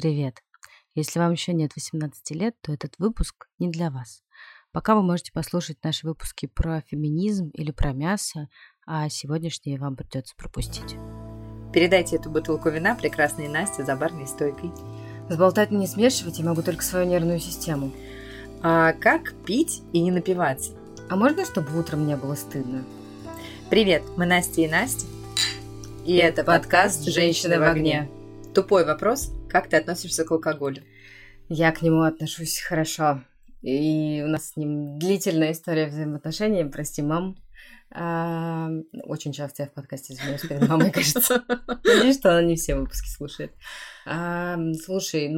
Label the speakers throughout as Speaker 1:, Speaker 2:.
Speaker 1: Привет! Если вам еще нет 18 лет, то этот выпуск не для вас. Пока вы можете послушать наши выпуски про феминизм или про мясо, а сегодняшние вам придется пропустить.
Speaker 2: Передайте эту бутылку вина прекрасной Насте за барной стойкой.
Speaker 1: Сболтать не смешивать, я могу только свою нервную систему.
Speaker 2: А как пить и не напиваться?
Speaker 1: А можно, чтобы утром не было стыдно?
Speaker 2: Привет, мы Настя и Настя. И это подкаст «Женщины в огне». Тупой вопрос: как ты относишься к алкоголю?
Speaker 1: Я к нему отношусь хорошо. И у нас с ним длительная история взаимоотношений. Прости, мам. Очень часто я в подкасте извиняюсь перед мамой, кажется. Надеюсь, что она не все выпуски слушает. Слушай,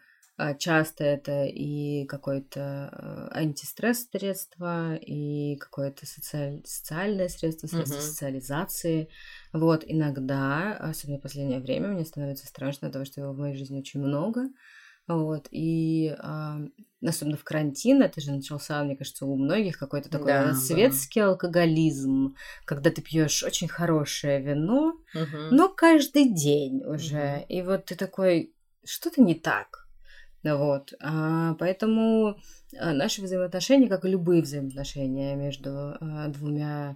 Speaker 1: часто это и какое-то антистресс-средство, и какое-то социальное средство социализации. Вот, иногда, особенно в последнее время, мне становится страшно от того, что его в моей жизни очень много. Вот, и особенно в карантин, это же начался, мне кажется, у многих какой-то такой светский алкоголизм, когда ты пьешь очень хорошее вино, но каждый день уже. И вот ты такой, что-то не так. Вот, поэтому наши взаимоотношения, как и любые взаимоотношения между двумя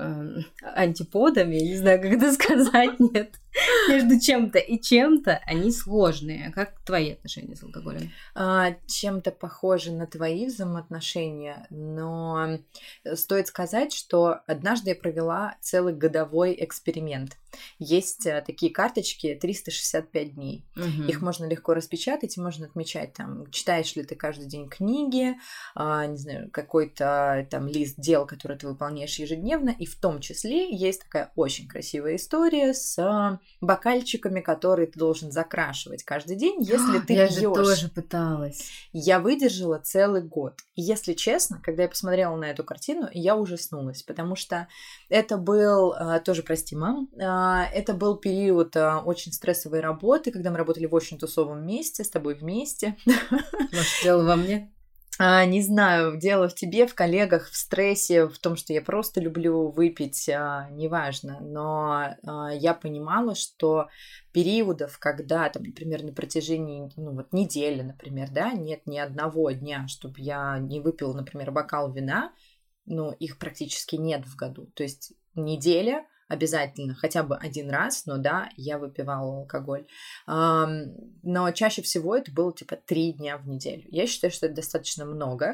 Speaker 1: антиподами, я не знаю, как это сказать, нет, между чем-то и чем-то, они сложные. Как твои отношения с алкоголем?
Speaker 2: Чем-то похожи на твои взаимоотношения, но стоит сказать, что однажды я провела целый годовой эксперимент. Есть такие карточки 365 дней. Их можно легко распечатать и можно отмечать там, читаешь ли ты каждый день книги, не знаю, какой-то там лист дел, который ты выполняешь ежедневно, и в том числе есть такая очень красивая история с бокальчиками, которые ты должен закрашивать каждый день, если ты пьёшь.
Speaker 1: Я же тоже пыталась.
Speaker 2: Я выдержала целый год. И если честно, когда я посмотрела на эту картину, я ужаснулась, потому что это был, тоже прости, мам, это был период очень стрессовой работы, когда мы работали в очень тусовом месте, с тобой вместе.
Speaker 1: Может, дело во мне?
Speaker 2: Не знаю, дело в тебе, в коллегах, в стрессе, в том, что я просто люблю выпить, неважно. Но я понимала, что периодов, когда, там, например, на протяжении недели, например, да, нет ни одного дня, чтобы я не выпила, например, бокал вина, их практически нет в году. То есть неделя обязательно, хотя бы один раз, но да, я выпивала алкоголь. Но чаще всего это было 3 дня в неделю. Я считаю, что это достаточно много.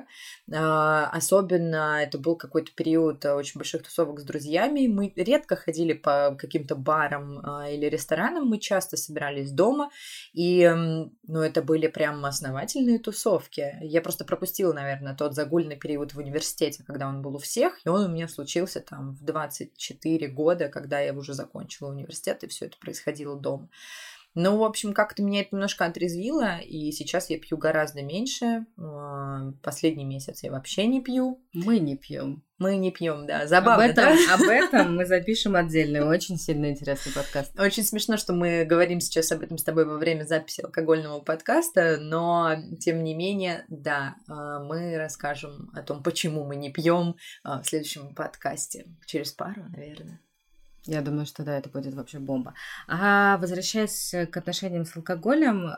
Speaker 2: Особенно это был какой-то период очень больших тусовок с друзьями. Мы редко ходили по каким-то барам или ресторанам, мы часто собирались дома, и это были прям основательные тусовки. Я просто пропустила, наверное, тот загульный период в университете, когда он был у всех, и он у меня случился там в 24 года, когда я уже закончила университет, и все это происходило дома. В общем, как-то меня это немножко отрезвило, и сейчас я пью гораздо меньше. Последний месяц я вообще не пью.
Speaker 1: Мы не пьем.
Speaker 2: Мы не пьем, да. Забавно,
Speaker 1: об этом мы запишем отдельный, очень сильно интересный подкаст.
Speaker 2: Очень смешно, что мы говорим сейчас об этом с тобой во время записи алкогольного подкаста, но, тем не менее, да, мы расскажем о том, почему мы не пьем в следующем подкасте. Через пару, наверное.
Speaker 1: Я думаю, что да, это будет вообще бомба. А возвращаясь к отношениям с алкоголем,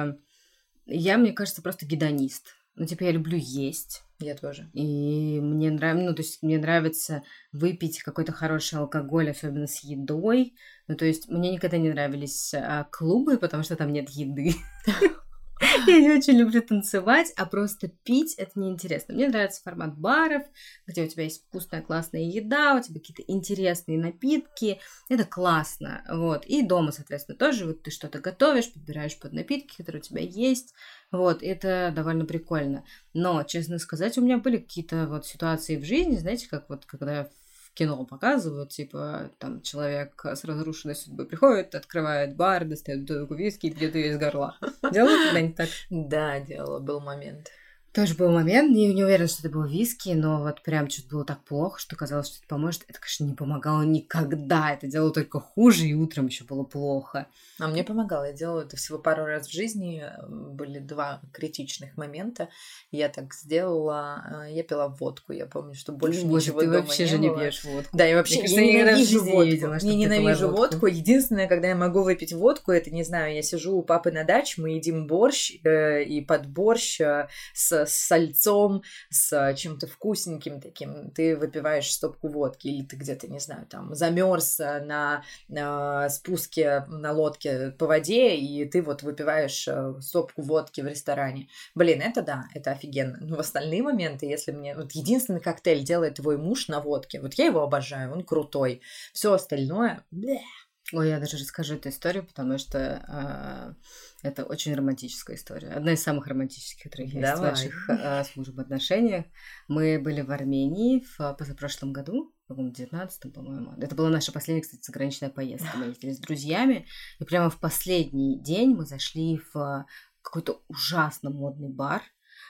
Speaker 1: я, мне кажется, просто гедонист. Я люблю есть.
Speaker 2: Я тоже.
Speaker 1: И мне нравится, мне нравится выпить какой-то хороший алкоголь, особенно с едой. Мне никогда не нравились клубы, потому что там нет еды. Я не очень люблю танцевать, а просто пить это неинтересно. Мне нравится формат баров, где у тебя есть вкусная, классная еда, у тебя какие-то интересные напитки. Это классно. Вот. И дома, соответственно, тоже ты что-то готовишь, подбираешь под напитки, которые у тебя есть. Вот. Это довольно прикольно. Но, честно сказать, у меня были какие-то ситуации в жизни, знаете, как когда в кино показывают, там человек с разрушенной судьбой приходит, открывает бар, достает бутылку виски и пьет ее из горла. Делала когда-нибудь так?
Speaker 2: Да, делала, был момент.
Speaker 1: Тоже был момент, не уверена, что это был виски, но вот прям что-то было так плохо, что казалось, что это поможет. Это, конечно, не помогало никогда, это делало только хуже, и утром еще было плохо.
Speaker 2: А мне помогало, я делала это всего пару раз в жизни, были 2 критичных момента. Я так сделала, я пила водку, я помню, что больше ничего
Speaker 1: ты
Speaker 2: дома
Speaker 1: вообще
Speaker 2: не
Speaker 1: же не
Speaker 2: было.
Speaker 1: пьешь водку.
Speaker 2: Да, и вообще я ненавижу водку. Я ненавижу водку. Единственное, когда я могу выпить водку, это, не знаю, я сижу у папы на даче, мы едим борщ, и под борщ с сальцом, с чем-то вкусненьким таким, ты выпиваешь стопку водки, или ты где-то, не знаю, там замерз на спуске на лодке по воде, и ты вот выпиваешь стопку водки в ресторане. Блин, это да, это офигенно. Но в остальные моменты, если мне... Вот единственный коктейль делает твой муж на водке, вот я его обожаю, он крутой. Все остальное...
Speaker 1: Ой, я даже расскажу эту историю, потому что это очень романтическая история. Одна из самых романтических, которых есть в наших с мужем отношениях. Мы были в Армении в позапрошлом году, в 19-м, по-моему. Это была наша последняя, кстати, заграничная поездка. Мы ездили с друзьями, и прямо в последний день мы зашли в какой-то ужасно модный бар.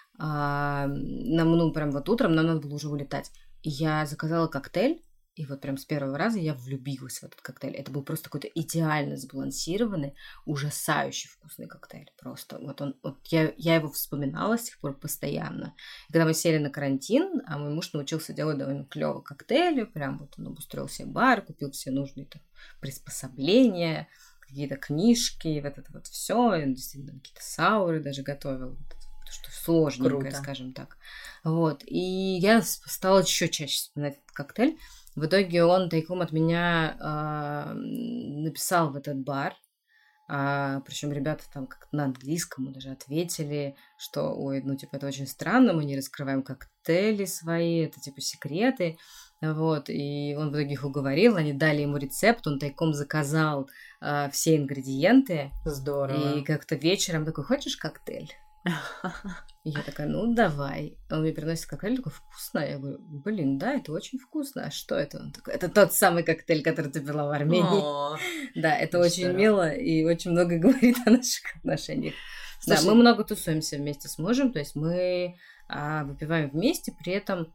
Speaker 1: Нам, прям вот утром нам надо было уже улетать. И я заказала коктейль, и вот прям с первого раза я влюбилась в этот коктейль. Это был просто какой-то идеально сбалансированный, ужасающий вкусный коктейль. Просто я его вспоминала с тех пор постоянно. И когда мы сели на карантин, а мой муж научился делать довольно клёвые коктейли, прям вот он обустроил себе бар, купил все нужные там приспособления, какие-то книжки, вот это вот все. И он действительно какие-то сауры даже готовил. Что сложненькое, скажем так. Вот. И я стала еще чаще вспоминать этот коктейль. В итоге он тайком от меня написал в этот бар. Причем ребята там как-то на английском даже ответили, что, ой, это очень странно, мы не раскрываем коктейли свои, это типа секреты. Вот, и он в итоге их уговорил, они дали ему рецепт, он тайком заказал все ингредиенты.
Speaker 2: Здорово.
Speaker 1: И как-то вечером такой, хочешь коктейль? И я такая, давай. Он мне приносит коктейль, такой, вкусно. Я говорю, блин, да, это очень вкусно. А что это? Он такой, это тот самый коктейль, который ты пила в Армении. Да, это очень мило и очень много говорит о наших отношениях. Да, мы много тусуемся вместе с мужем, то есть мы выпиваем вместе, при этом...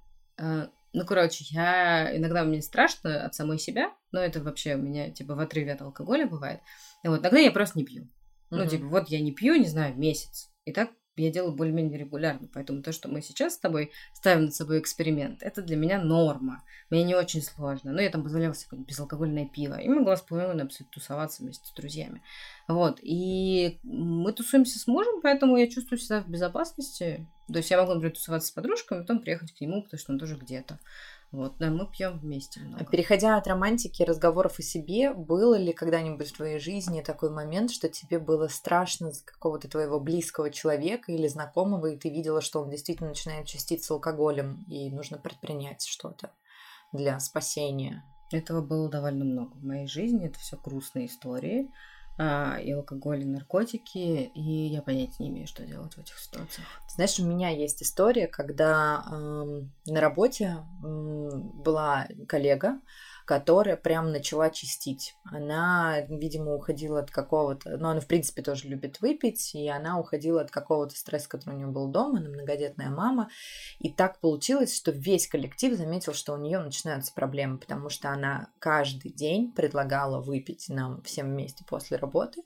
Speaker 1: иногда мне страшно от самой себя, но это вообще у меня, в отрыве от алкоголя бывает. И вот иногда я просто не пью. Вот я не пью, не знаю, месяц. И так я делаю более-менее регулярно. Поэтому то, что мы сейчас с тобой ставим над собой эксперимент, это для меня норма. Мне не очень сложно. Но я там позволяла себе безалкогольное пиво. И могла спокойно абсолютно тусоваться вместе с друзьями. Вот. И мы тусуемся с мужем, поэтому я чувствую себя в безопасности. То есть я могу, например, тусоваться с подружками, потом приехать к нему, потому что он тоже где-то. Вот, да, мы пьем вместе много.
Speaker 2: Переходя от романтики и разговоров о себе, было ли когда-нибудь в твоей жизни такой момент, что тебе было страшно за какого-то твоего близкого человека или знакомого, и ты видела, что он действительно начинает частиться алкоголем, и нужно предпринять что-то для спасения?
Speaker 1: Этого было довольно много в моей жизни. Это все грустные истории. И алкоголь, и наркотики, и я понятия не имею, что делать в этих ситуациях.
Speaker 2: Знаешь, у меня есть история, когда на работе была коллега, которая прям начала чистить. Она, видимо, уходила от какого-то... она, в принципе, тоже любит выпить, и она уходила от какого-то стресса, который у нее был дома, она многодетная мама. И так получилось, что весь коллектив заметил, что у нее начинаются проблемы, потому что она каждый день предлагала выпить нам всем вместе после работы.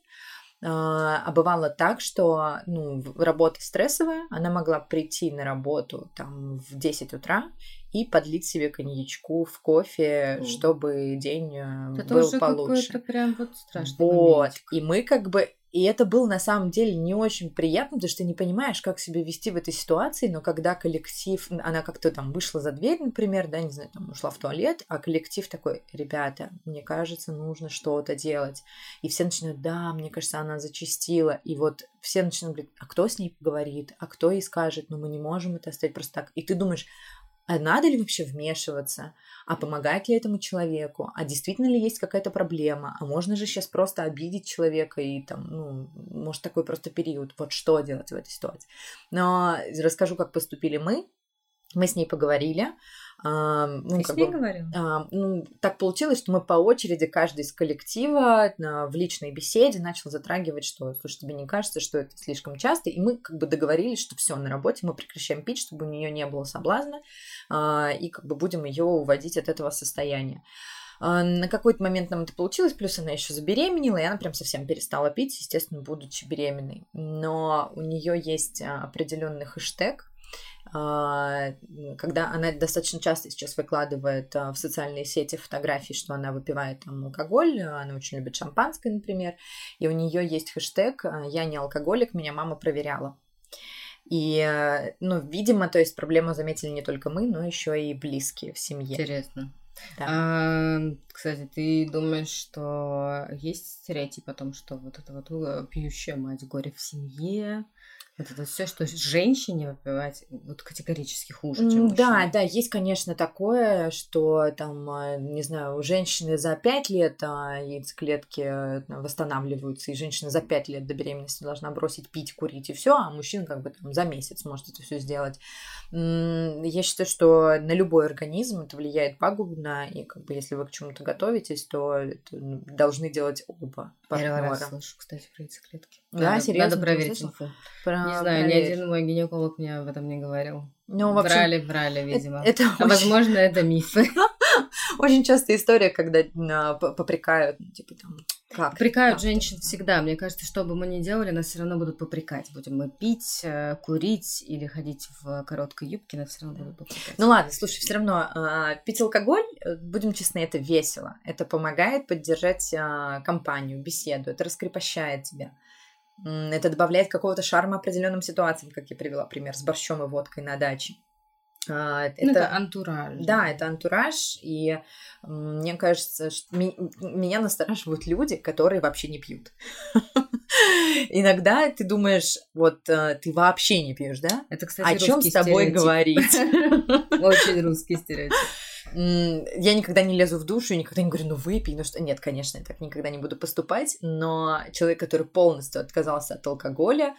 Speaker 2: А бывало так, что работа стрессовая, она могла прийти на работу там в 10 утра и подлить себе коньячку в кофе, чтобы день был
Speaker 1: уже
Speaker 2: получше.
Speaker 1: Это прям страшный момент.
Speaker 2: И мы и это было на самом деле не очень приятно, потому что ты не понимаешь, как себя вести в этой ситуации, но когда коллектив, она как-то там вышла за дверь, например, да, не знаю, там ушла в туалет, а коллектив такой, ребята, мне кажется, нужно что-то делать. И все начинают, да, мне кажется, она зачастила. И вот все начинают говорить, а кто с ней поговорит, а кто ей скажет, мы не можем это оставить просто так. И ты думаешь, а надо ли вообще вмешиваться? А помогать ли этому человеку? А действительно ли есть какая-то проблема? А можно же сейчас просто обидеть человека и там, может, такой просто период. Вот что делать в этой ситуации? Но расскажу, как поступили мы. Мы с ней поговорили.
Speaker 1: Ты с ней говорила?
Speaker 2: Так получилось, что мы по очереди, каждый из коллектива в личной беседе начал затрагивать, что, слушай, тебе не кажется, что это слишком часто? И мы как бы договорились, что все на работе мы прекращаем пить, чтобы у нее не было соблазна, и как бы будем ее уводить от этого состояния. На какой-то момент нам это получилось, плюс она еще забеременела, и она прям совсем перестала пить, естественно, будучи беременной. Но у нее есть определенный хэштег, когда она достаточно часто сейчас выкладывает в социальные сети фотографии, что она выпивает там алкоголь, она очень любит шампанское, например, и у нее есть хэштег «Я не алкоголик, меня мама проверяла». И, видимо, то есть проблему заметили не только мы, но еще и близкие в семье.
Speaker 1: Интересно.
Speaker 2: Да.
Speaker 1: Кстати, ты думаешь, что есть стереотип о том, что вот это вот пьющая мать, горе в семье, вот это все, что женщине выпивать, вот категорически хуже, чем мужчине?
Speaker 2: Да, есть, конечно, такое, что там, не знаю, у женщины за 5 лет яйцеклетки восстанавливаются, и женщина за 5 лет до беременности должна бросить пить, курить и все, а мужчина как бы там за месяц может это все сделать. Я считаю, что на любой организм это влияет пагубно, и как бы если вы к чему-то готовитесь, то это должны делать оба партнера.
Speaker 1: Первый раз слышу, кстати, про яйцеклетки.
Speaker 2: Да, серьезно?
Speaker 1: Надо проверить инфу. Не знаю, ни один мой гинеколог мне об этом не говорил.
Speaker 2: Ну, в общем,
Speaker 1: врали, видимо.
Speaker 2: Возможно,
Speaker 1: это мифы.
Speaker 2: Очень частая история, когда попрекают, типа там... Как?
Speaker 1: Попрекают женщин всегда. Мне кажется, что бы мы ни делали, нас все равно будут попрекать. Будем мы пить, курить или ходить в короткой юбке, нас все равно будут попрекать.
Speaker 2: Ну ладно, слушай, все равно пить алкоголь, будем честны, это весело. Это помогает поддержать компанию, беседу, это раскрепощает тебя. Это добавляет какого-то шарма определенным ситуациям, как я привела пример с борщом и водкой на даче.
Speaker 1: Это антураж.
Speaker 2: Да, это антураж, и мне кажется, что меня настораживают люди, которые вообще не пьют. Иногда ты думаешь, вот ты вообще не пьешь, да?
Speaker 1: Это, кстати,
Speaker 2: о чем с тобой говорить?
Speaker 1: Очень русский стереотип.
Speaker 2: Я никогда не лезу в душу и никогда не говорю, выпей, что... Нет, конечно, я так никогда не буду поступать, но человек, который полностью отказался от алкоголя,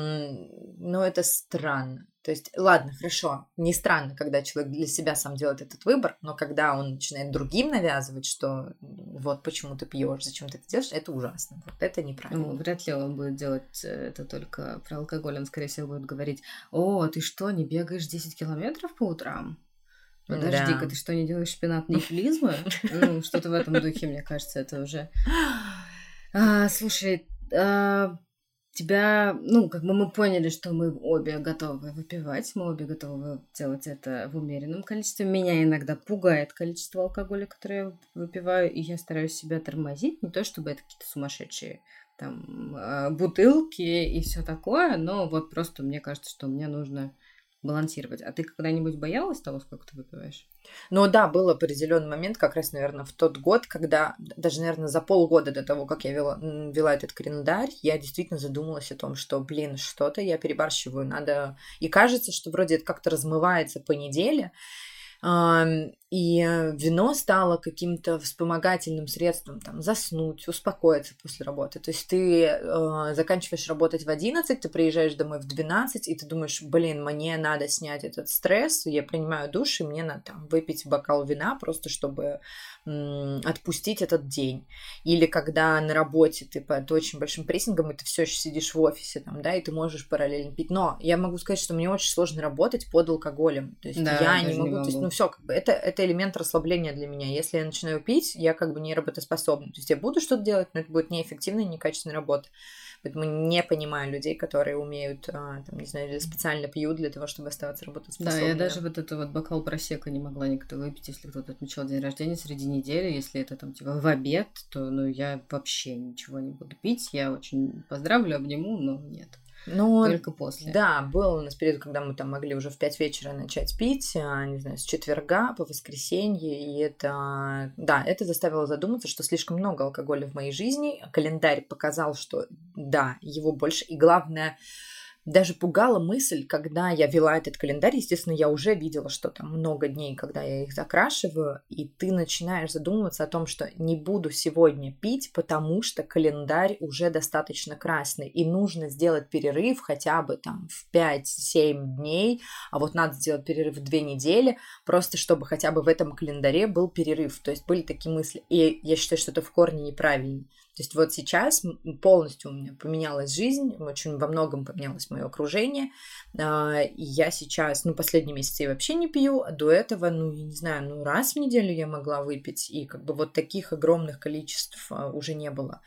Speaker 2: это странно. То есть, ладно, хорошо, не странно, когда человек для себя сам делает этот выбор, но когда он начинает другим навязывать, что вот почему ты пьешь, зачем ты это делаешь, это ужасно, вот это неправильно.
Speaker 1: Вряд ли он будет делать это только про алкоголь, он, скорее всего, будет говорить, о, ты что, не бегаешь 10 километров по утрам? Подожди-ка, ты что, не делаешь шпинатные клизмы? Что-то в этом духе, мне кажется, это уже... Слушай, тебя, мы поняли, что мы обе готовы выпивать, мы обе готовы делать это в умеренном количестве. Меня иногда пугает количество алкоголя, которое я выпиваю, и я стараюсь себя тормозить. Не то, чтобы это какие-то сумасшедшие там бутылки и все такое, но вот просто мне кажется, что мне нужно балансировать. А ты когда-нибудь боялась того, сколько ты выпиваешь?
Speaker 2: Ну да, был определенный момент, как раз, наверное, в тот год, когда, даже, наверное, за полгода до того, как я вела этот календарь, я действительно задумалась о том, что, что-то я перебарщиваю, надо... И кажется, что вроде это как-то размывается по неделе, и вино стало каким-то вспомогательным средством, там, заснуть, успокоиться после работы. То есть ты заканчиваешь работать в 11, ты приезжаешь домой в 12, и ты думаешь, мне надо снять этот стресс, я принимаю душ, и мне надо там выпить бокал вина, просто чтобы отпустить этот день. Или когда на работе ты под очень большим прессингом, и ты все еще сидишь в офисе, там, да, и ты можешь параллельно пить. Но я могу сказать, что мне очень сложно работать под алкоголем. То есть я не могу. То есть, все, это элемент расслабления для меня. Если я начинаю пить, я не работоспособна. То есть я буду что-то делать, но это будет неэффективная, некачественная работа. Поэтому не понимаю людей, которые умеют, или специально пьют для того, чтобы оставаться работоспособными.
Speaker 1: Да, я даже вот бокал просека не могла никто выпить, если кто-то отмечал день рождения среди недели, если это в обед, то я вообще ничего не буду пить. Я очень поздравлю, обниму, но нет. Только после.
Speaker 2: Да, был у нас период, когда мы там могли уже в 5 вечера начать пить, с четверга по воскресенье, и это заставило задуматься, что слишком много алкоголя в моей жизни. Календарь показал, что да, его больше, и главное, даже пугала мысль, когда я вела этот календарь, естественно, я уже видела, что там много дней, когда я их закрашиваю, и ты начинаешь задумываться о том, что не буду сегодня пить, потому что календарь уже достаточно красный, и нужно сделать перерыв хотя бы там в 5-7 дней, а вот надо сделать перерыв в 2 недели, просто чтобы хотя бы в этом календаре был перерыв. То есть были такие мысли, и я считаю, что это в корне неправильно. То есть вот сейчас полностью у меня поменялась жизнь, очень во многом поменялось мое окружение, и я сейчас, последние месяцы я вообще не пью, а до этого, я не знаю, раз в неделю я могла выпить, и как бы вот таких огромных количеств уже не было.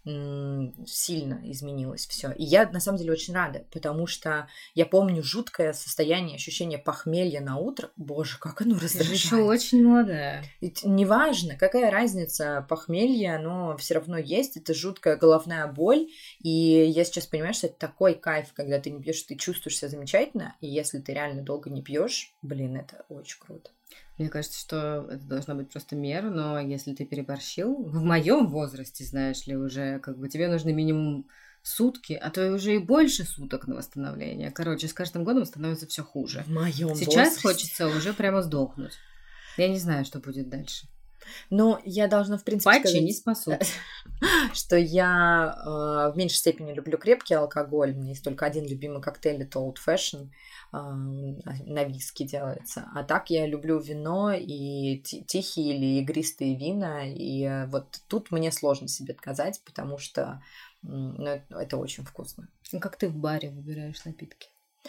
Speaker 2: Сильно изменилось все. И я на самом деле очень рада, потому что я помню жуткое состояние, ощущение похмелья на утро. Боже, как оно раздражает.
Speaker 1: Ты же еще очень молодая.
Speaker 2: Неважно, какая разница, похмелье, оно все равно есть, это жуткая головная боль, и я сейчас понимаю, что это такой кайф, когда ты не пьешь, ты чувствуешь себя замечательно, и если ты реально долго не пьешь, это очень круто.
Speaker 1: Мне кажется, что это должна быть просто мера, но если ты переборщил, в моем возрасте, знаешь ли, уже тебе нужно минимум сутки, а то и уже и больше суток на восстановление. Короче, с каждым годом становится все хуже.
Speaker 2: В моем
Speaker 1: Сейчас
Speaker 2: возрасте.
Speaker 1: Хочется уже прямо сдохнуть. Я не знаю, что будет дальше.
Speaker 2: Но я должна, в принципе,
Speaker 1: Патчи не спасут.
Speaker 2: Что я в меньшей степени люблю крепкий алкоголь. У меня есть только один любимый коктейль, это Old Fashion, на виски делается. А так я люблю вино и тихие или игристые вина. И вот тут мне сложно себе отказать, потому что это очень вкусно.
Speaker 1: Как ты в баре выбираешь напитки?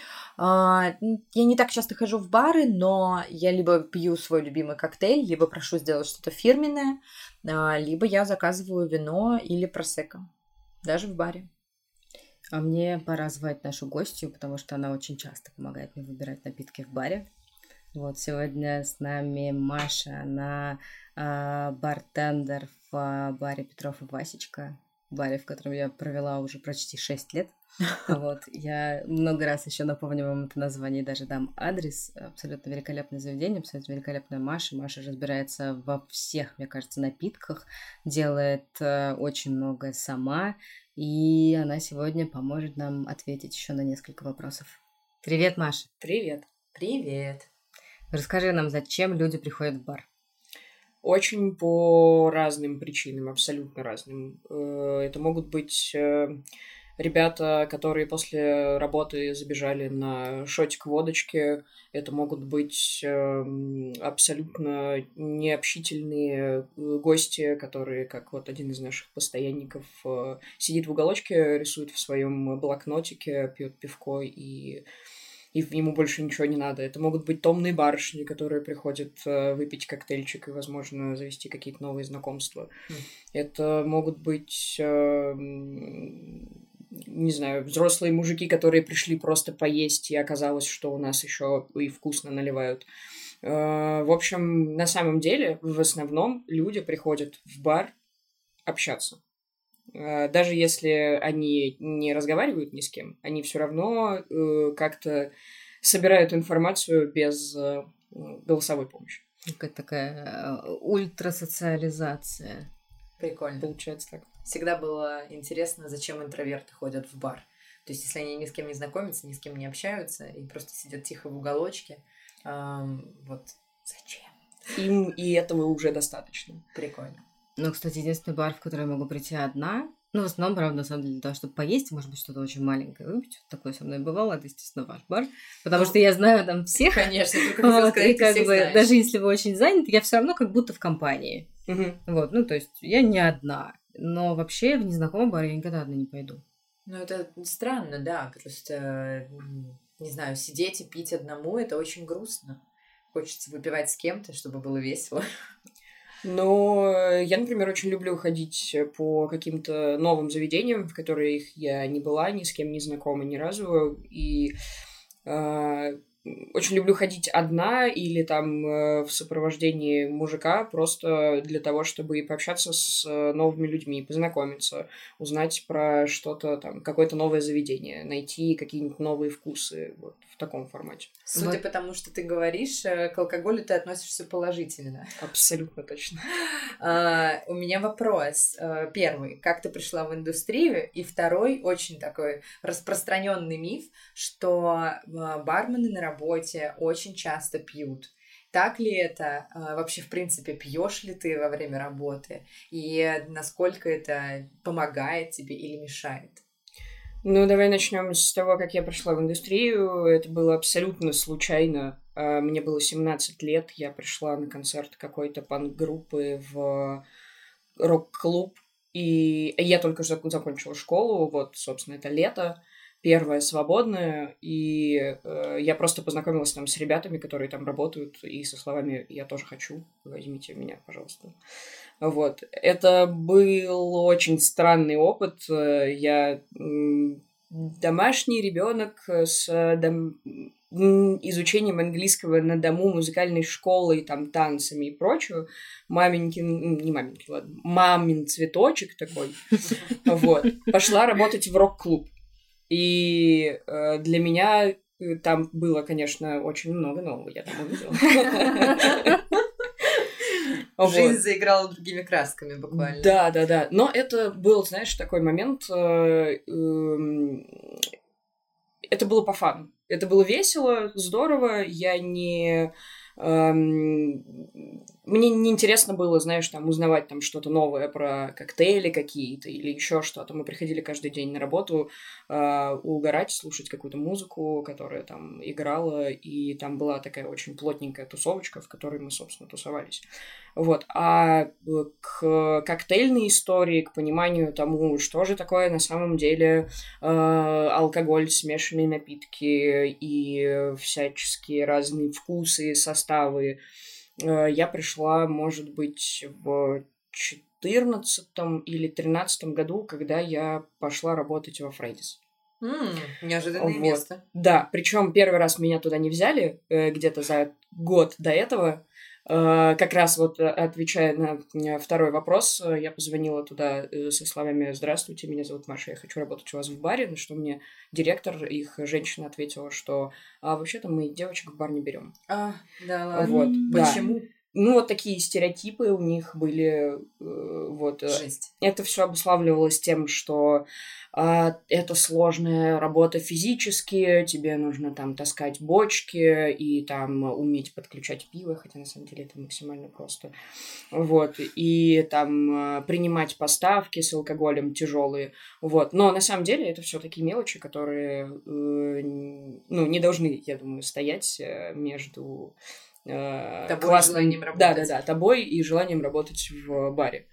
Speaker 2: Я не так часто хожу в бары, но я либо пью свой любимый коктейль, либо прошу сделать что-то фирменное, либо я заказываю вино или просекко, даже в баре.
Speaker 1: А мне пора звать нашу гостью, потому что она очень часто помогает мне выбирать напитки в баре. Вот сегодня с нами Маша, она бартендер в баре Петров и Васечка, баре, в котором я провела уже почти 6 лет. Вот, я много раз еще напомню вам это название, даже дам адрес. Абсолютно великолепное заведение, абсолютно великолепная Маша. Маша разбирается во всех, мне кажется, напитках, делает очень многое сама, и она сегодня поможет нам ответить еще на несколько вопросов. Привет, Маша.
Speaker 2: Привет. Привет.
Speaker 1: Расскажи нам, зачем люди приходят в бар?
Speaker 3: Очень по разным причинам, абсолютно разным. Это могут быть ребята, которые после работы забежали на шотик водочки. Это могут быть абсолютно необщительные гости, которые, как вот один из наших постоянников, сидит в уголочке, рисует в своем блокнотике, пьет пивко и ему больше ничего не надо. Это могут быть томные барышни, которые приходят выпить коктейльчик и, возможно, завести какие-то новые знакомства. Это могут быть, не знаю, взрослые мужики, которые пришли просто поесть, и оказалось, что у нас еще и вкусно наливают. В общем, на самом деле, в основном люди приходят в бар общаться. Даже если они не разговаривают ни с кем, они все равно как-то собирают информацию без голосовой помощи.
Speaker 1: Какая-то такая ультрасоциализация.
Speaker 2: Прикольно.
Speaker 3: Получается так.
Speaker 2: Всегда было интересно, зачем интроверты ходят в бар. То есть, если они ни с кем не знакомятся, ни с кем не общаются, и просто сидят тихо в уголочке, вот зачем?
Speaker 3: Им и этого уже достаточно.
Speaker 2: Прикольно.
Speaker 1: Кстати, единственный бар, в который я могу прийти одна, в основном, правда, на самом деле, для того, чтобы поесть, может быть, что-то очень маленькое выпить. Вот такое со мной бывало, это, естественно, ваш бар. Потому что я знаю там всех.
Speaker 2: Конечно, только
Speaker 1: вот,
Speaker 2: сказать,
Speaker 1: и как
Speaker 2: ты
Speaker 1: бы,
Speaker 2: знаешь.
Speaker 1: даже если вы очень заняты, я все равно как будто в компании.
Speaker 3: Угу.
Speaker 1: Вот, то есть я не одна. Но вообще в незнакомый бар я никогда одна не пойду.
Speaker 2: Это странно, да, просто, не знаю, сидеть и пить одному, это очень грустно. Хочется выпивать с кем-то, чтобы было весело.
Speaker 3: Но я, например, очень люблю ходить по каким-то новым заведениям, в которых я не была, ни с кем не знакома ни разу. И очень люблю ходить одна или там в сопровождении мужика просто для того, чтобы пообщаться с новыми людьми, познакомиться, узнать про что-то там, какое-то новое заведение, найти какие-нибудь новые вкусы, вот в таком формате.
Speaker 2: Судя по тому, что ты говоришь, к алкоголю ты относишься положительно.
Speaker 3: Абсолютно точно.
Speaker 2: У меня вопрос. Первый, как ты пришла в индустрию? И второй, очень такой распространенный миф, что бармены на работе очень часто пьют. Так ли это? Вообще, в принципе, пьешь ли ты во время работы? И насколько это помогает тебе или мешает?
Speaker 3: Ну, давай начнем с того, как я пришла в индустрию. Это было абсолютно случайно. Мне было 17 лет, я пришла на концерт какой-то панк-группы в рок-клуб, и я только что закончила школу, вот, собственно, это лето, первое свободное, и я просто познакомилась там с ребятами, которые там работают, и со словами «я тоже хочу, возьмите меня, пожалуйста». Вот. Это был очень странный опыт. Я домашний ребенок с изучением английского на дому, музыкальной школой, там, танцами и прочее. Мамин цветочек такой. Вот. Пошла работать в рок-клуб. И для меня там было, конечно, очень много нового, я там увидела.
Speaker 2: Жизнь заиграла другими красками буквально.
Speaker 3: Да. Но это был, знаешь, такой момент... Это было по фану. Это было весело, здорово. Мне не интересно было, знаешь, там, узнавать там что-то новое про коктейли какие-то или еще что-то. Мы приходили каждый день на работу угорать, слушать какую-то музыку, которая там играла, и там была такая очень плотненькая тусовочка, в которой мы, собственно, тусовались. Вот. А к коктейльной истории, к пониманию тому, что же такое на самом деле алкоголь, смешанные напитки и всяческие разные вкусы, составы, я пришла, может быть, в 14 или 13 году, когда я пошла работать во Фреддис.
Speaker 2: Неожиданное место.
Speaker 3: Да, причем первый раз меня туда не взяли, где-то за год до этого. Как раз вот отвечая на второй вопрос, я позвонила туда со словами «Здравствуйте, меня зовут Маша, я хочу работать у вас в баре», на что мне директор, их женщина, ответила, что вообще-то мы девочек в бар не берем.
Speaker 2: Да ладно.
Speaker 3: Вот,
Speaker 2: почему?
Speaker 3: Да. Ну, вот такие стереотипы у них были. Вот.
Speaker 2: Жесть.
Speaker 3: Это все обуславливалось тем, что это сложная работа физически, тебе нужно там таскать бочки и там уметь подключать пиво, хотя на самом деле это максимально просто. Вот. И там принимать поставки с алкоголем тяжелые. Вот. Но на самом деле это все такие мелочи, которые не должны, я думаю, стоять между...
Speaker 2: тобой и желанием работать.
Speaker 3: Да, тобой и желанием работать в баре.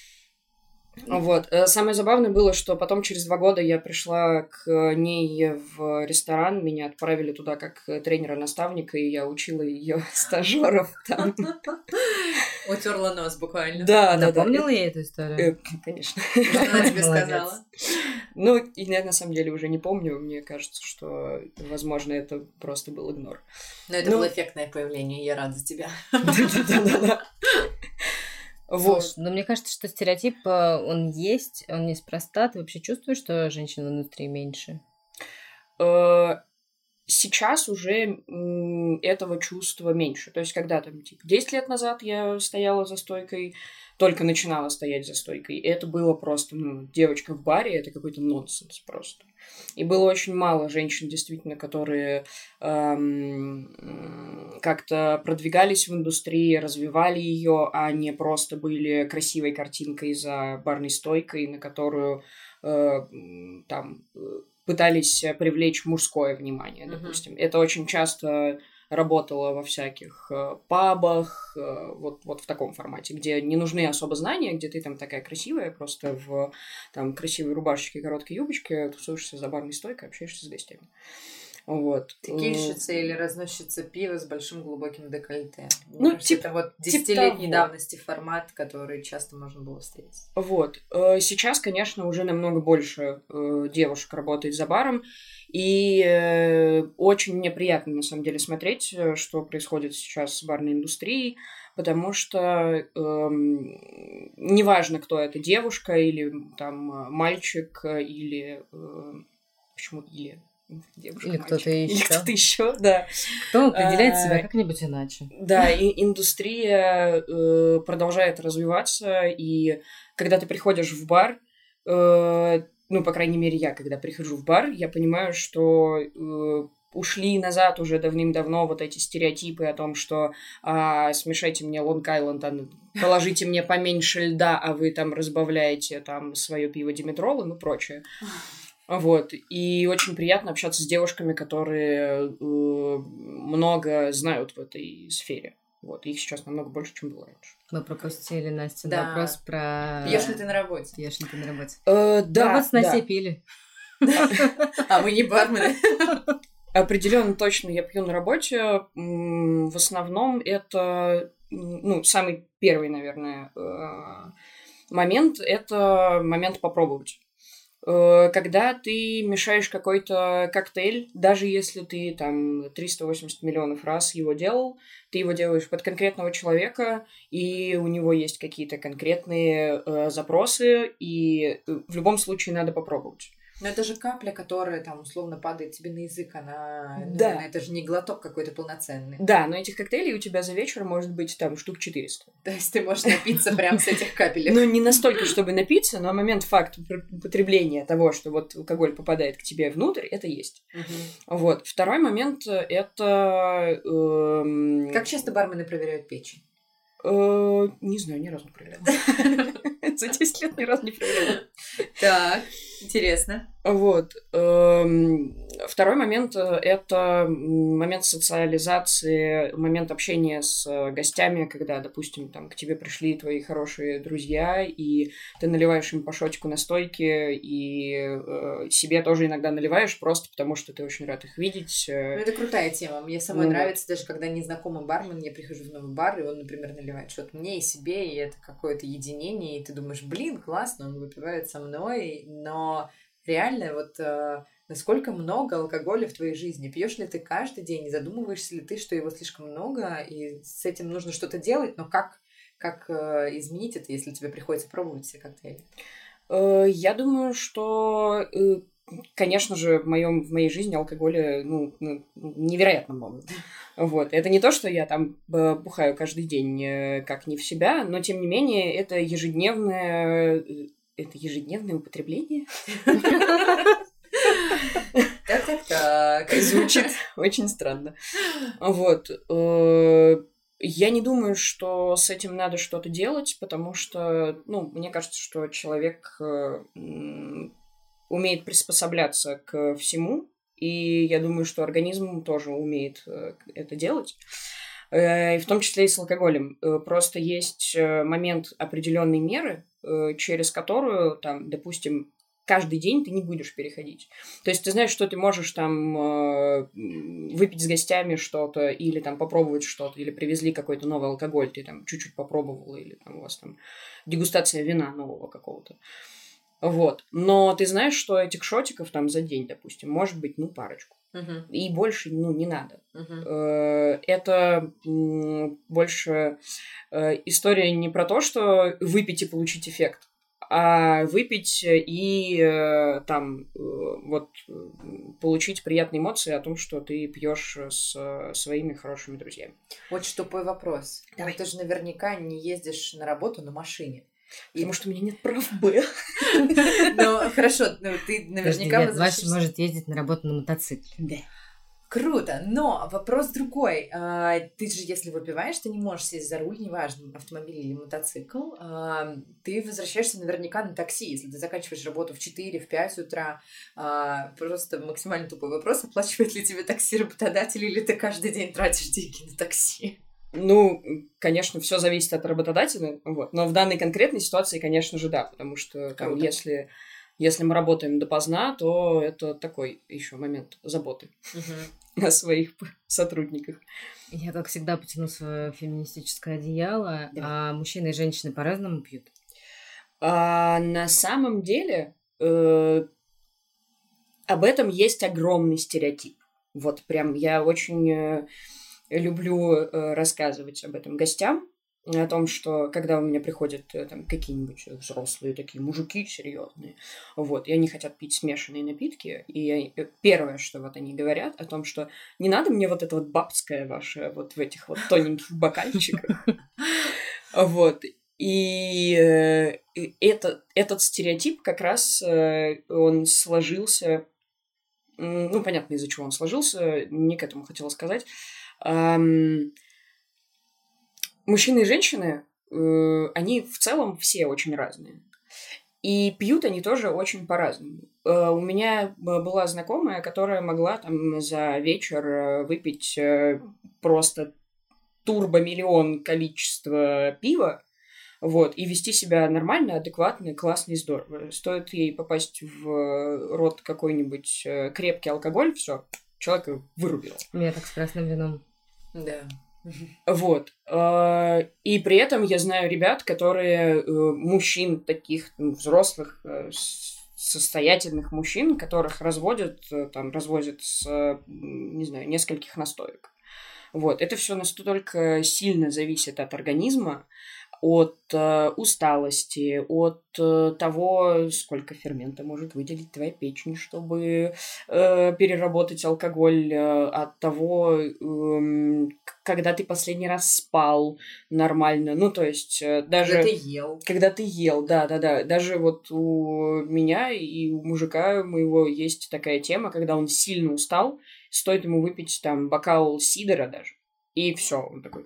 Speaker 3: Вот. Самое забавное было, что потом через 2 года я пришла к ней в ресторан, меня отправили туда как тренера-наставника, и я учила ее стажеров там.
Speaker 2: Утерла нос буквально.
Speaker 3: Да.
Speaker 1: Напомнила ей эту историю?
Speaker 3: Конечно.
Speaker 2: Что она тебе сказала?
Speaker 3: Ну, и я на самом деле уже не помню. Мне кажется, что, возможно, это просто был игнор.
Speaker 2: Но это было эффектное появление, я рада за тебя.
Speaker 3: Да.
Speaker 1: Вот. Но мне кажется, что стереотип, он есть, он неспроста. Ты вообще чувствуешь, что женщин в индустрии меньше?
Speaker 3: Сейчас уже этого чувства меньше. То есть, когда там 10 лет назад я стояла за стойкой, только начинала стоять за стойкой, это было просто, девочка в баре, это какой-то нонсенс просто. И было очень мало женщин, действительно, которые как-то продвигались в индустрии, развивали ее, а не просто были красивой картинкой за барной стойкой, на которую пытались привлечь мужское внимание, допустим. Это очень часто работала во всяких пабах, вот в таком формате, где не нужны особо знания, где ты там такая красивая, просто в там красивой рубашечке, короткой юбочке, тусуешься за барной стойкой, общаешься с гостями. Вот.
Speaker 2: Текильщица или разносчица пива с большим глубоким декольте.
Speaker 3: Ну,
Speaker 2: кажется, это вот 10-летней давности формат, который часто можно было встретить.
Speaker 3: Вот. Сейчас, конечно, уже намного больше девушек работает за баром, и очень мне приятно, на самом деле, смотреть, что происходит сейчас с барной индустрией, потому что неважно, кто это, девушка или там мальчик, или... Почему или... Девушка,
Speaker 1: или
Speaker 3: мальчик,
Speaker 1: кто-то еще.
Speaker 3: Или кто-то еще, да.
Speaker 1: Кто определяет себя как-нибудь иначе.
Speaker 3: Да, и индустрия продолжает развиваться, и когда ты приходишь в бар, ну, по крайней мере, я, когда прихожу в бар, я понимаю, что ушли назад уже давным-давно вот эти стереотипы о том, что смешайте мне Лонг-Айленд, положите мне поменьше льда, а вы там разбавляете там свое пиво Димитрол, ну, прочее. Вот, и очень приятно общаться с девушками, которые много знают в этой сфере. Вот, их сейчас намного больше, чем было раньше.
Speaker 1: Мы пропустили, Настя,
Speaker 2: Да.
Speaker 1: вопрос про...
Speaker 2: Пьешь ли ты на работе?
Speaker 1: Пьешь ли ты на работе?
Speaker 3: Да,
Speaker 1: вот с Настей пили.
Speaker 2: А мы не бармены.
Speaker 3: Определенно, точно я пью на работе. В основном это, ну, самый первый, наверное, момент, это момент попробовать. Когда ты мешаешь какой-то коктейль, даже если ты там 380 миллионов раз его делал, ты его делаешь под конкретного человека, и у него есть какие-то конкретные запросы, и в любом случае надо попробовать.
Speaker 2: Но это же капля, которая там условно падает тебе на язык, она...
Speaker 3: Да.
Speaker 2: Ну, это же не глоток какой-то полноценный.
Speaker 3: Да, но этих коктейлей у тебя за вечер может быть там штук 400.
Speaker 2: То есть ты можешь напиться прям с этих капелек.
Speaker 3: Ну, не настолько, чтобы напиться, но момент факт употребления того, что вот алкоголь попадает к тебе внутрь, это есть. Вот. Второй момент — это...
Speaker 2: Как часто бармены проверяют печень?
Speaker 3: Не знаю, ни разу не проверяла. За 10 лет ни разу не проверяла.
Speaker 2: Так, интересно.
Speaker 3: Вот. Второй момент — это момент социализации, момент общения с гостями, когда, допустим, там к тебе пришли твои хорошие друзья, и ты наливаешь им по шотику настойки, и себе тоже иногда наливаешь, просто потому что ты очень рад их видеть.
Speaker 2: Ну, это крутая тема. Мне самой нравится, даже когда незнакомый бармен, я прихожу в новый бар, и он, например, наливает что-то мне и себе, и это какое-то единение, и ты думаешь, блин, классно, он выпивает со мной, но реально вот... Насколько много алкоголя в твоей жизни? Пьешь ли ты каждый день? Задумываешься ли ты, что его слишком много, и с этим нужно что-то делать? Но как изменить это, если тебе приходится пробовать все коктейли?
Speaker 3: Я думаю, что, конечно же, в моей жизни алкоголя невероятно много. Вот. Это не то, что я там бухаю каждый день как не в себя, но, тем не менее, это ежедневное употребление.
Speaker 2: Так.
Speaker 3: Звучит очень странно. Вот. Я не думаю, что с этим надо что-то делать, потому что, мне кажется, что человек умеет приспосабляться к всему, и я думаю, что организм тоже умеет это делать. И в том числе и с алкоголем. Просто есть момент определенной меры, через которую, там, допустим, каждый день ты не будешь переходить. То есть ты знаешь, что ты можешь там выпить с гостями что-то, или там попробовать что-то, или привезли какой-то новый алкоголь, ты там чуть-чуть попробовал, или там у вас там дегустация вина нового какого-то. Вот. Но ты знаешь, что этих шотиков там за день, допустим, может быть, парочку. И больше, не надо. Это больше история не про то, что выпить и получить эффект, а выпить и получить приятные эмоции о том, что ты пьешь с своими хорошими друзьями.
Speaker 2: Очень тупой вопрос.
Speaker 3: Давай.
Speaker 2: Ты же наверняка не ездишь на работу на машине.
Speaker 3: Потому что у меня нет прав Б.
Speaker 2: Ну, хорошо, ты наверняка...
Speaker 1: Маша может ездить на работу на мотоцикле.
Speaker 2: Да. Круто, но вопрос другой. Ты же, если выпиваешь, ты не можешь сесть за руль, неважно, автомобиль или мотоцикл. Ты возвращаешься наверняка на такси, если ты заканчиваешь работу в 4, в 5 утра. Просто максимально тупой вопрос. Оплачивает ли тебе такси работодатель, или ты каждый день тратишь деньги на такси?
Speaker 3: Конечно, все зависит от работодателя, вот. Но в данной конкретной ситуации, конечно же, да, потому что там, если Если мы работаем допоздна, то это такой еще момент заботы о своих сотрудниках.
Speaker 1: Я, как всегда, потяну свое феминистическое одеяло, а мужчины и женщины по-разному пьют.
Speaker 3: На самом деле об этом есть огромный стереотип. Вот прям я очень люблю рассказывать об этом гостям, о том, что когда у меня приходят там какие-нибудь взрослые такие мужики серьезные, вот, и они хотят пить смешанные напитки, и первое, что вот они говорят, о том, что не надо мне вот это вот бабское ваше вот в этих вот тоненьких бокальчиках, вот, и этот стереотип как раз он сложился, ну, понятно, из-за чего он сложился, не к этому хотела сказать. Мужчины и женщины, они в целом все очень разные. И пьют они тоже очень по-разному. У меня была знакомая, которая могла там за вечер выпить просто турбомиллион количества пива, вот, и вести себя нормально, адекватно, классно и здорово. Стоит ей попасть в рот какой-нибудь крепкий алкоголь, все, человека вырубило.
Speaker 1: У меня так с красным вином.
Speaker 2: Да.
Speaker 3: Вот. И при этом я знаю ребят, которые мужчин таких взрослых, состоятельных мужчин, которых разводят с, не знаю, нескольких настоек. Вот. Это все настолько сильно зависит от организма, от усталости, от того, сколько фермента может выделить твоя печень, чтобы переработать алкоголь, от того, когда ты последний раз спал нормально. Ну, то есть даже...
Speaker 2: Когда ты ел.
Speaker 3: Когда ты ел, да. Даже вот у меня и у мужика моего есть такая тема, когда он сильно устал, стоит ему выпить там бокал сидора даже, и все, он такой...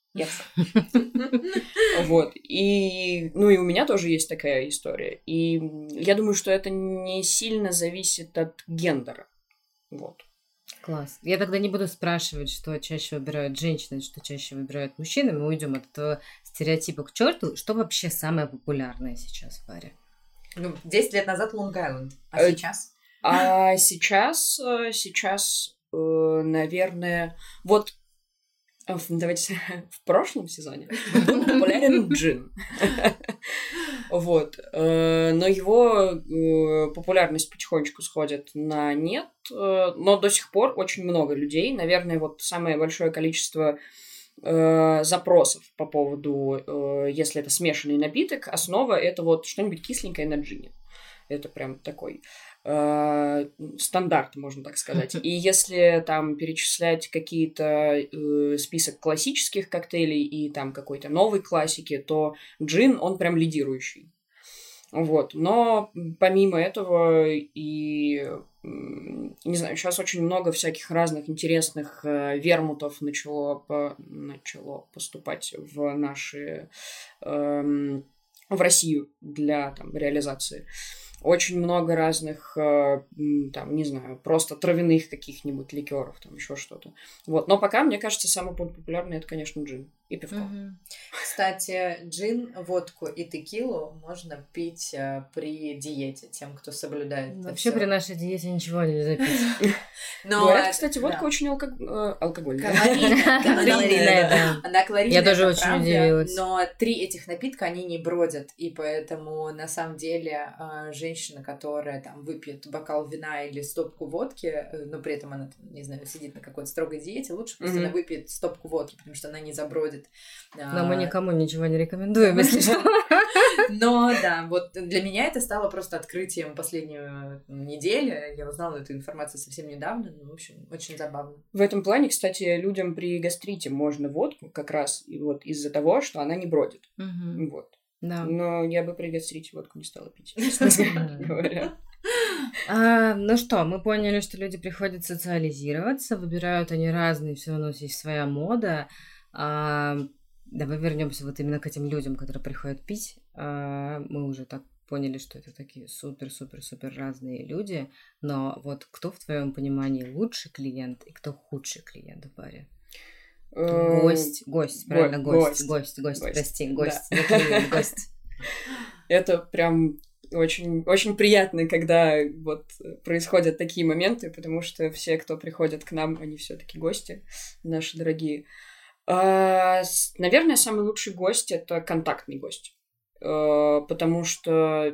Speaker 3: Вот. И, ну, и у меня тоже есть такая история. И я думаю, что это не сильно зависит от гендера. Вот.
Speaker 1: Класс. Я тогда не буду спрашивать, что чаще выбирают женщины, что чаще выбирают мужчины. Мы уйдем от этого стереотипа к черту. Что вообще самое популярное сейчас в баре?
Speaker 2: Ну, 10 лет назад Лонг-Айленд. А сейчас?
Speaker 3: А сейчас, наверное, вот давайте в прошлом сезоне был популярен джин. Вот. Но его популярность потихонечку сходит на нет. Но до сих пор очень много людей. Наверное, вот самое большое количество запросов по поводу, если это смешанный напиток, основа это вот что-нибудь кисленькое на джине. Это прям такой стандарт, можно так сказать. И если там перечислять какие-то список классических коктейлей и там какой-то новой классики, то джин, он прям лидирующий. Вот. Но помимо этого и, не знаю, сейчас очень много всяких разных интересных вермутов начало поступать в наши... в Россию для там реализации. Очень много разных, там, не знаю, просто травяных каких-нибудь ликеров, там, еще что-то. Вот. Но пока, мне кажется, самый популярный это, конечно, джин и пивко.
Speaker 2: Кстати, джин, водку и текилу можно пить при диете, тем, кто соблюдает.
Speaker 1: Вообще при нашей диете ничего нельзя пить.
Speaker 3: Говорят, кстати, водка очень алкогольная.
Speaker 2: Калорийная, да. Она калорийная.
Speaker 1: Я тоже очень удивилась.
Speaker 2: Но 3 этих напитка, они не бродят, и поэтому, на самом деле, женщина, которая там выпьет бокал вина или стопку водки, но при этом она, не знаю, сидит на какой-то строгой диете, лучше пусть она выпьет стопку водки, потому что она не забродит.
Speaker 1: Но мы никому ничего не рекомендуем, если что.
Speaker 2: Но да, вот для меня это стало просто открытием последнюю неделю. Я узнала эту информацию совсем недавно. Ну, в общем, очень забавно.
Speaker 3: В этом плане, кстати, людям при гастрите можно водку как раз и вот из-за того, что она не бродит. Вот.
Speaker 1: Да.
Speaker 3: Но я бы при гастрите водку не стала пить, честно говоря.
Speaker 1: Ну что, мы поняли, что люди приходят социализироваться, выбирают они разные, все равно есть своя мода. Давай вернемся вот именно к этим людям, которые приходят пить. Мы уже так поняли, что это такие супер-супер-супер разные люди. Но вот кто в твоем понимании лучший клиент и кто худший клиент в баре? Гость, правильно, гость, прости, гость, не клиент, гость.
Speaker 3: Это прям очень, очень приятно, когда вот происходят такие моменты, потому что все, кто приходят к нам, они все-таки гости наши дорогие. Наверное, самый лучший гость — это контактный гость, потому что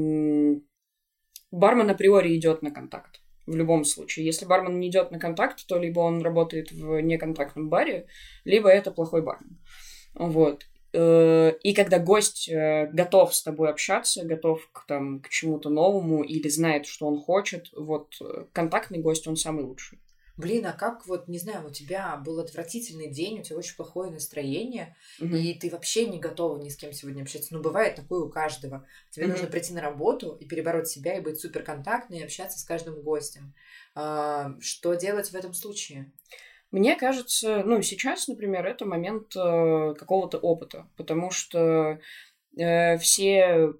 Speaker 3: бармен априори идет на контакт. В любом случае. Если бармен не идет на контакт, то либо он работает в неконтактном баре, либо это плохой бармен. Вот. И когда гость готов с тобой общаться, готов к чему-то новому или знает, что он хочет, вот контактный гость, он самый лучший.
Speaker 2: Блин, а как вот, не знаю, у тебя был отвратительный день, у тебя очень плохое настроение, и ты вообще не готова ни с кем сегодня общаться. Ну, бывает такое у каждого. Тебе нужно прийти на работу и перебороть себя, и быть суперконтактной, и общаться с каждым гостем. Что делать в этом случае?
Speaker 3: Мне кажется, сейчас, например, это момент какого-то опыта, потому что все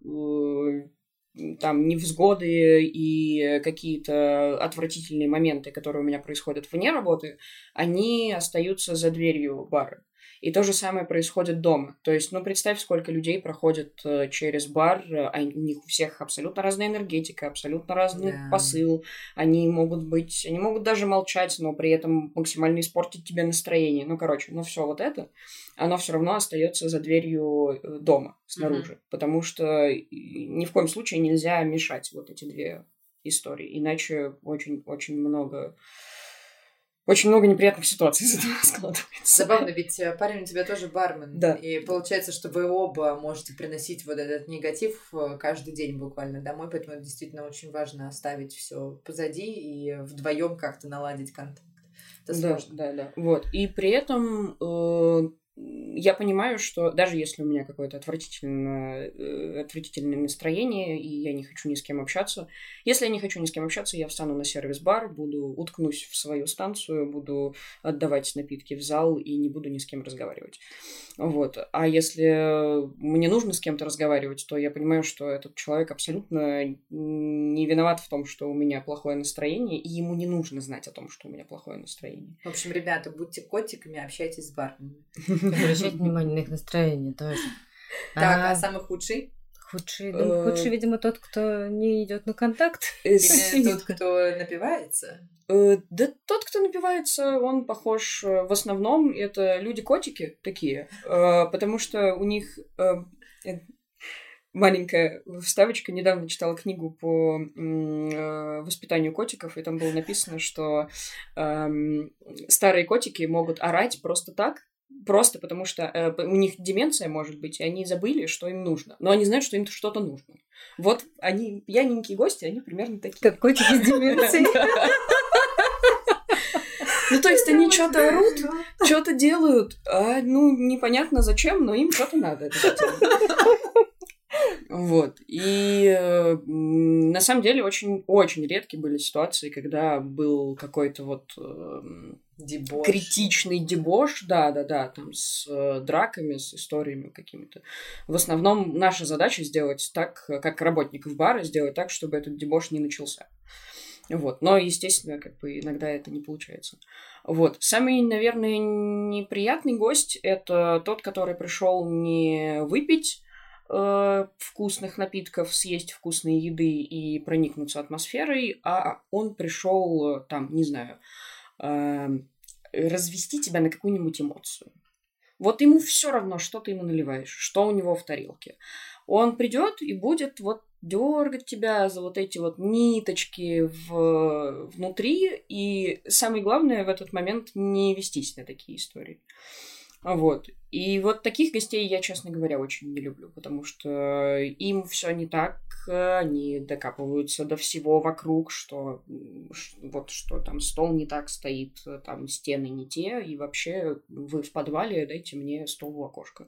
Speaker 3: невзгоды и какие-то отвратительные моменты, которые у меня происходят вне работы, они остаются за дверью бара. И то же самое происходит дома. То есть, представь, сколько людей проходят через бар, у них у всех абсолютно разная энергетика, абсолютно разный посыл. Они могут даже молчать, но при этом максимально испортить тебе настроение. Все вот это, оно все равно остается за дверью дома, снаружи. Потому что ни в коем случае нельзя мешать вот эти две истории. Иначе очень много неприятных ситуаций из этого складывается.
Speaker 2: Забавно, ведь парень у тебя тоже бармен.
Speaker 3: Да.
Speaker 2: И получается, что вы оба можете приносить вот этот негатив каждый день буквально домой, поэтому это действительно очень важно оставить все позади и вдвоем как-то наладить контакт. Это сложно.
Speaker 3: Да. Вот. И при этом я понимаю, что даже если у меня какое-то отвратительное настроение, и я не хочу ни с кем общаться, если я не хочу ни с кем общаться, я встану на сервис-бар, уткнусь в свою станцию, буду отдавать напитки в зал и не буду ни с кем разговаривать. Вот. А если мне нужно с кем-то разговаривать, то я понимаю, что этот человек абсолютно не виноват в том, что у меня плохое настроение, и ему не нужно знать о том, что у меня плохое настроение.
Speaker 2: В общем, ребята, будьте котиками, общайтесь с барменами.
Speaker 1: Обращайте внимание на их настроение тоже.
Speaker 2: Так, а самый худший?
Speaker 1: Худший, видимо, тот, кто не идет на контакт.
Speaker 2: Или тот, кто напивается?
Speaker 3: Да тот, кто напивается, он похож в основном, это люди-котики такие, потому что у них маленькая вставочка. Недавно читала книгу по воспитанию котиков, и там было написано, что старые котики могут орать просто так, просто потому что у них деменция, может быть, и они забыли, что им нужно. Но они знают, что им что-то нужно. Вот они, пьяненькие гости, они примерно такие.
Speaker 1: Как котики с деменцией.
Speaker 3: То есть они что-то орут, что-то делают, непонятно зачем, но им что-то надо. Вот. И на самом деле очень-очень редкие были ситуации, когда был какой-то
Speaker 2: дебош.
Speaker 3: Критичный дебош, да, там с драками, с историями какими-то. В основном наша задача сделать так, как работников бара, сделать так, чтобы этот дебош не начался. Вот. Но, естественно, иногда это не получается. Вот. Самый, наверное, неприятный гость — это тот, который пришел не выпить вкусных напитков, съесть вкусные еды и проникнуться атмосферой, а он пришел развести тебя на какую-нибудь эмоцию. Вот ему все равно, что ты ему наливаешь, что у него в тарелке. Он придет и будет дергать тебя за эти ниточки внутри, и самое главное в этот момент не вестись на такие истории. Вот. И таких гостей я, честно говоря, очень не люблю, потому что им все не так, они докапываются до всего вокруг, что там стол не так стоит, там стены не те, и вообще вы в подвале, дайте мне стол у окошка.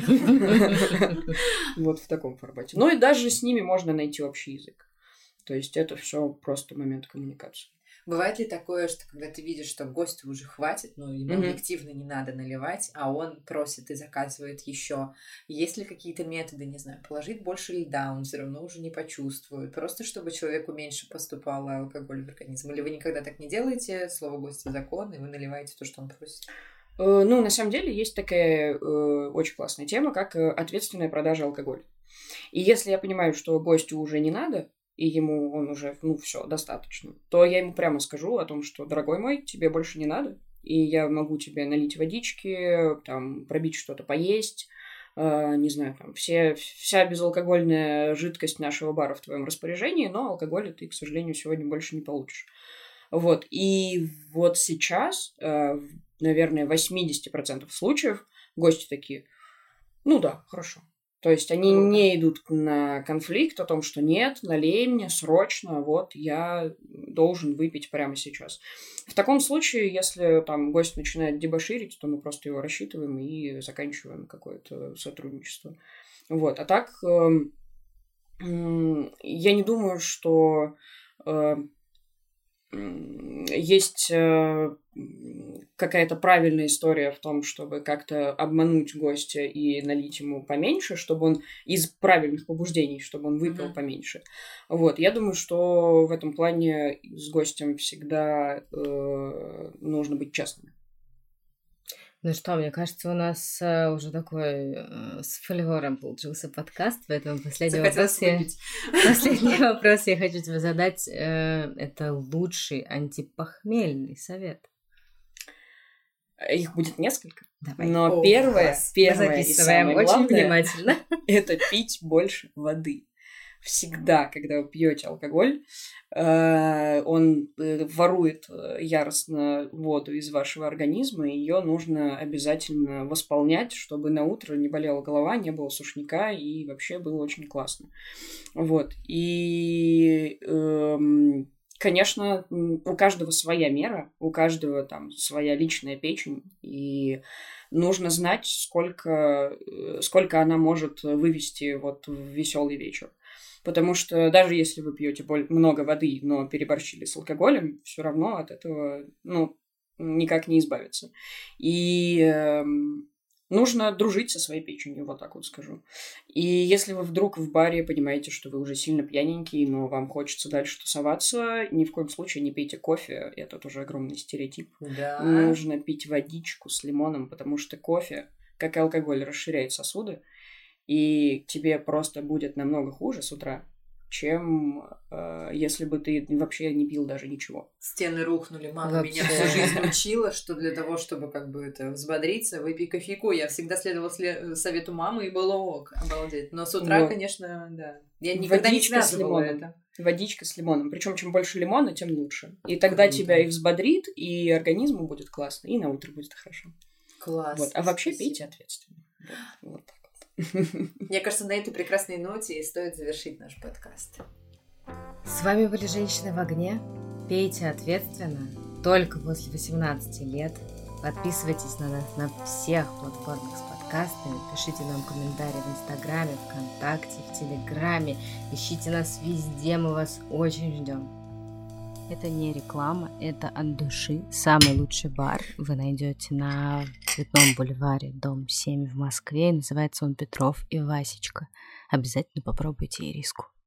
Speaker 3: Вот в таком формате. И даже с ними можно найти общий язык. То есть это все просто момент коммуникации.
Speaker 2: Bывает ли такое, что когда ты видишь, что гостю уже хватит, ему объективно не надо наливать, а он просит и заказывает еще? Есть ли какие-то методы, не знаю, положить больше льда, он все равно уже не почувствует, просто чтобы человеку меньше поступало алкоголь в организм? Или вы никогда так не делаете, слово гостя закон, и вы наливаете то, что он просит?
Speaker 3: На самом деле есть такая очень классная тема, как ответственная продажа алкоголя. И если я понимаю, что гостю уже не надо, и ему он уже, все, достаточно, то я ему прямо скажу о том, что, дорогой мой, тебе больше не надо, и я могу тебе налить водички, там, пробить что-то поесть, не знаю, там, вся безалкогольная жидкость нашего бара в твоем распоряжении, но алкоголя ты, к сожалению, сегодня больше не получишь. Вот, и вот сейчас, наверное, 80% случаев гости такие, да, хорошо. То есть они не идут на конфликт о том, что нет, налей мне срочно, вот я должен выпить прямо сейчас. В таком случае, если там гость начинает дебоширить, то мы просто его рассчитываем и заканчиваем какое-то сотрудничество. Вот. А так, я не думаю, что есть какая-то правильная история в том, чтобы как-то обмануть гостя и налить ему поменьше, чтобы он из правильных побуждений, чтобы он выпил поменьше. Вот. Я думаю, что в этом плане с гостем всегда нужно быть честным.
Speaker 1: Ну что, мне кажется, у нас уже такой с фольвором получился подкаст, поэтому последний вопрос я хочу тебе задать. Это лучший антипохмельный совет?
Speaker 3: Их будет несколько.
Speaker 1: Давай.
Speaker 3: Но первое и самое
Speaker 1: очень
Speaker 3: главное,
Speaker 1: внимательно.
Speaker 3: Это пить больше воды. Всегда, когда вы пьете алкоголь, он ворует яростно воду из вашего организма, и ее нужно обязательно восполнять, чтобы на утро не болела голова, не было сушняка, и вообще было очень классно. Вот. И, конечно, у каждого своя мера, у каждого там своя личная печень, и нужно знать, сколько она может вывести вот в веселый вечер. Потому что даже если вы пьете много воды, но переборщили с алкоголем, все равно от этого, никак не избавиться. И нужно дружить со своей печенью, вот так вот скажу. И если вы вдруг в баре понимаете, что вы уже сильно пьяненький, но вам хочется дальше тусоваться, ни в коем случае не пейте кофе, это тоже огромный стереотип.
Speaker 2: Да.
Speaker 3: Нужно пить водичку с лимоном, потому что кофе, как и алкоголь, расширяет сосуды, и тебе просто будет намного хуже с утра, чем если бы ты вообще не пил даже ничего.
Speaker 2: Стены рухнули. Мама меня всю жизнь учила, что для того, чтобы взбодриться, выпей кофейку. Я всегда следовала совету мамы, и было ок. Обалдеть. Но с утра, конечно, да. Я никогда не связывала это.
Speaker 3: Водичка с лимоном. Причем чем больше лимона, тем лучше. И тогда тебя и взбодрит, и организму будет классно, и на утро будет хорошо.
Speaker 2: Класс.
Speaker 3: Вот. А вообще пейте ответственно. Вот так.
Speaker 2: Мне кажется, на этой прекрасной ноте и стоит завершить наш подкаст.
Speaker 1: С вами были «Женщины в огне». Пейте ответственно, только после 18 лет. Подписывайтесь на нас на всех платформах с подкастами. Пишите нам комментарии в Инстаграме, ВКонтакте, в Телеграме. Ищите нас везде, мы вас очень ждем. Это не реклама, это от души. Самый лучший бар вы найдете на Цветном бульваре, дом 7 в Москве. Называется он Петров и Васечка. Обязательно попробуйте ириску.